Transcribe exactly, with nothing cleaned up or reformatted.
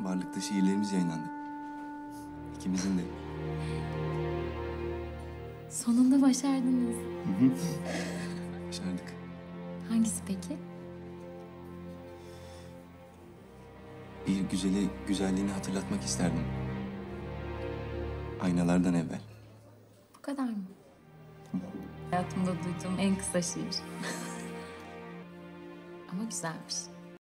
Varlık'ta şiirlerimiz yayınlandı. İkimizin de. Sonunda başardınız. Hı hı. Başardık. Hangisi peki? Bir güzeli güzelliğini hatırlatmak isterdim. Aynalardan evvel. Bu kadar mı? Hayatımda duyduğum en kısa şiir. Ama güzelmiş.